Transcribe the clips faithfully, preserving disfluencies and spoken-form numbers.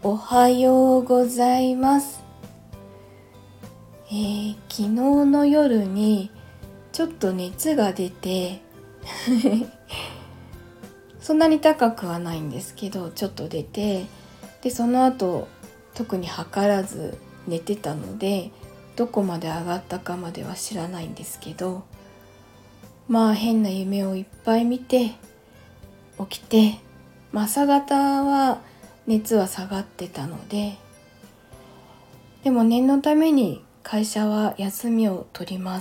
おはようございます。えー、昨日の夜にちょっと熱が出てそんなに高くはないんですけどちょっと出て、でその後特に測らず寝てたのでどこまで上がったかまでは知らないんですけど、まあ変な夢をいっぱい見て起きて、まあ、朝方は熱は下がってたので、でも念のために会社は休みを取ります。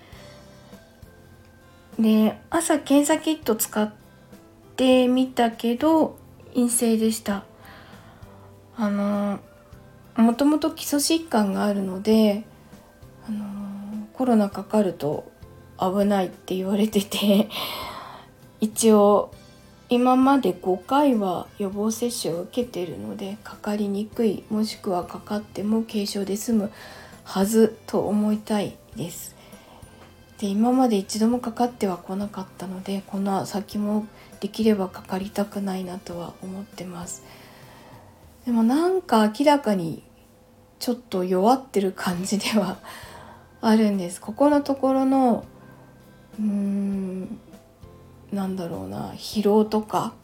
で朝検査キット使ってみたけど陰性でした。あのもともと基礎疾患があるので、あのコロナかかると危ないって言われてて一応今までごかいは予防接種を受けているのでかかりにくい、もしくはかかっても軽症で済むはずと思いたいです。で今まで一度もかかってはこなかったので、この先もできればかかりたくないなとは思ってます。でもなんか明らかにちょっと弱ってる感じではあるんです。ここのところのうーんなんだろうな疲労とか、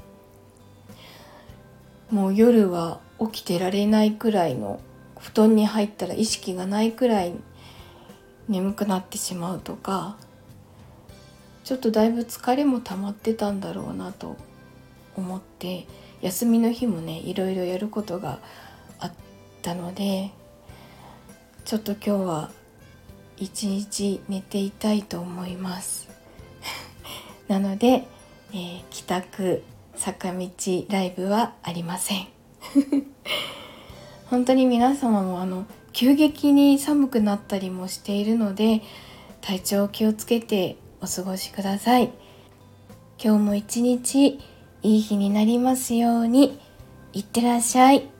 もう夜は起きてられないくらいの、布団に入ったら意識がないくらい眠くなってしまうとか、ちょっとだいぶ疲れも溜まってたんだろうなと思って、休みの日もねいろいろやることがあったので、ちょっと今日は一日寝ていたいと思いますなので、えー、帰宅坂道ライブはありません本当に皆様もあの急激に寒くなったりもしているので、体調を気をつけてお過ごしください。今日も一日いい日になりますように。いってらっしゃい。